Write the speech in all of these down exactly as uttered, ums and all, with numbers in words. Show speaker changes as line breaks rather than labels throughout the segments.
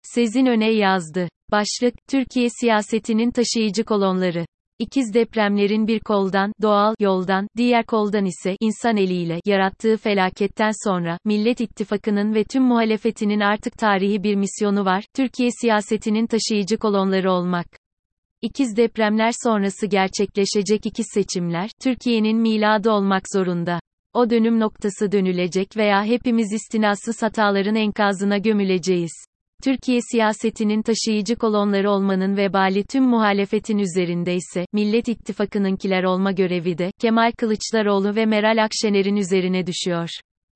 Sezin Öney yazdı. Başlık, Türkiye siyasetinin taşıyıcı kolonları. İkiz depremlerin bir koldan, doğal yoldan, diğer koldan ise insan eliyle yarattığı felaketten sonra, Millet İttifakı'nın ve tüm muhalefetinin artık tarihi bir misyonu var, Türkiye siyasetinin taşıyıcı kolonları olmak. İkiz depremler sonrası gerçekleşecek ikiz seçimler, Türkiye'nin miladı olmak zorunda. O dönüm noktası dönülecek veya hepimiz istinasız hataların enkazına gömüleceğiz. Türkiye siyasetinin taşıyıcı kolonları olmanın vebali tüm muhalefetin üzerinde ise, Millet İttifakı'nınkiler olma görevi de, Kemal Kılıçdaroğlu ve Meral Akşener'in üzerine düşüyor.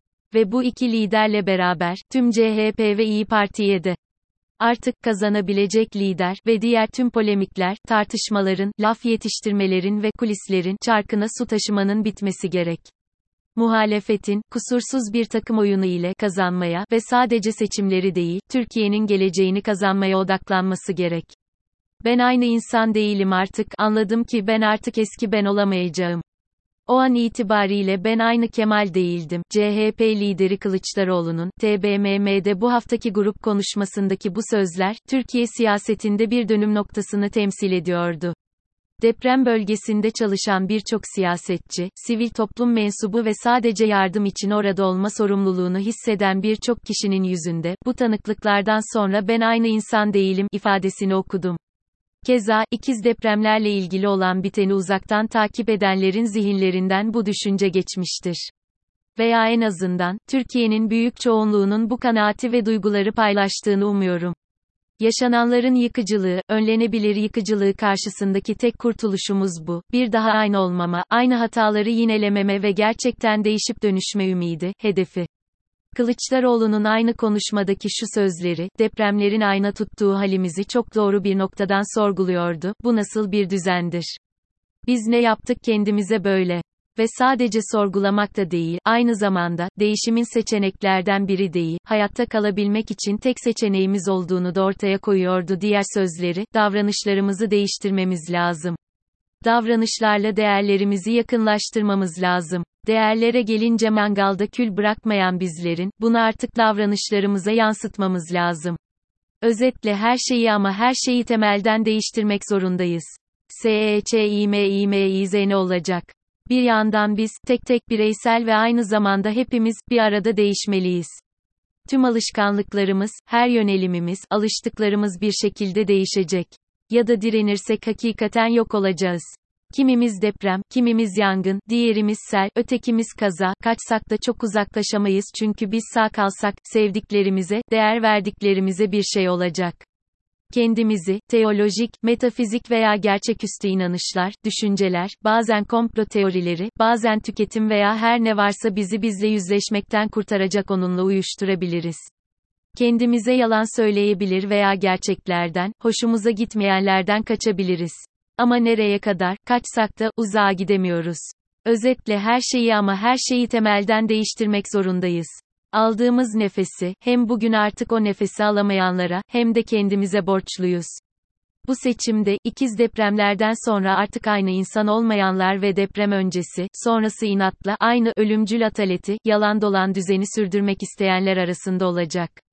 Ve bu iki liderle beraber, tüm C H P ve İYİ Parti'ye de. Artık kazanabilecek lider ve diğer tüm polemikler, tartışmaların, laf yetiştirmelerin ve kulislerin, çarkına su taşımanın bitmesi gerek. Muhalefetin, kusursuz bir takım oyunu ile kazanmaya ve sadece seçimleri değil, Türkiye'nin geleceğini kazanmaya odaklanması gerek. Ben aynı insan değilim artık, anladım ki ben artık eski ben olamayacağım. O an itibariyle ben aynı Kemal değildim. C H P lideri Kılıçdaroğlu'nun, T B M M'de bu haftaki grup konuşmasındaki bu sözler, Türkiye siyasetinde bir dönüm noktasını temsil ediyordu. Deprem bölgesinde çalışan birçok siyasetçi, sivil toplum mensubu ve sadece yardım için orada olma sorumluluğunu hisseden birçok kişinin yüzünde, bu tanıklıklardan sonra ben aynı insan değilim ifadesini okudum. Keza, ikiz depremlerle ilgili olan biteni uzaktan takip edenlerin zihinlerinden bu düşünce geçmiştir. Veya en azından, Türkiye'nin büyük çoğunluğunun bu kanaati ve duyguları paylaştığını umuyorum. Yaşananların yıkıcılığı, önlenebilir yıkıcılığı karşısındaki tek kurtuluşumuz bu, bir daha aynı olmama, aynı hataları yinelememe ve gerçekten değişip dönüşme ümidi, hedefi. Kılıçdaroğlu'nun aynı konuşmadaki şu sözleri, depremlerin ayna tuttuğu halimizi çok doğru bir noktadan sorguluyordu, bu nasıl bir düzendir? Biz ne yaptık kendimize böyle? Ve sadece sorgulamak da değil, aynı zamanda, değişimin seçeneklerden biri değil, hayatta kalabilmek için tek seçeneğimiz olduğunu da ortaya koyuyordu diğer sözleri, davranışlarımızı değiştirmemiz lazım. Davranışlarla değerlerimizi yakınlaştırmamız lazım. Değerlere gelince mangalda kül bırakmayan bizlerin, bunu artık davranışlarımıza yansıtmamız lazım. Özetle her şeyi ama her şeyi temelden değiştirmek zorundayız. S E Ç İ M İ M İ Z ne olacak? Bir yandan biz, tek tek bireysel ve aynı zamanda hepimiz, bir arada değişmeliyiz. Tüm alışkanlıklarımız, her yönelimimiz, alıştıklarımız bir şekilde değişecek. Ya da direnirsek hakikaten yok olacağız. Kimimiz deprem, kimimiz yangın, diğerimiz sel, ötekimiz kaza, kaçsak da çok uzaklaşamayız çünkü biz sağ kalsak, sevdiklerimize, değer verdiklerimize bir şey olacak. Kendimizi, teolojik, metafizik veya gerçeküstü inanışlar, düşünceler, bazen komplo teorileri, bazen tüketim veya her ne varsa bizi bizle yüzleşmekten kurtaracak onunla uyuşturabiliriz. Kendimize yalan söyleyebilir veya gerçeklerden, hoşumuza gitmeyenlerden kaçabiliriz. Ama nereye kadar, kaçsak da, uzağa gidemiyoruz. Özetle her şeyi ama her şeyi temelden değiştirmek zorundayız. Aldığımız nefesi, hem bugün artık o nefesi alamayanlara, hem de kendimize borçluyuz. Bu seçimde, ikiz depremlerden sonra artık aynı insan olmayanlar ve deprem öncesi, sonrası inatla, aynı ölümcül ataleti, yalan dolan düzeni sürdürmek isteyenler arasında olacak.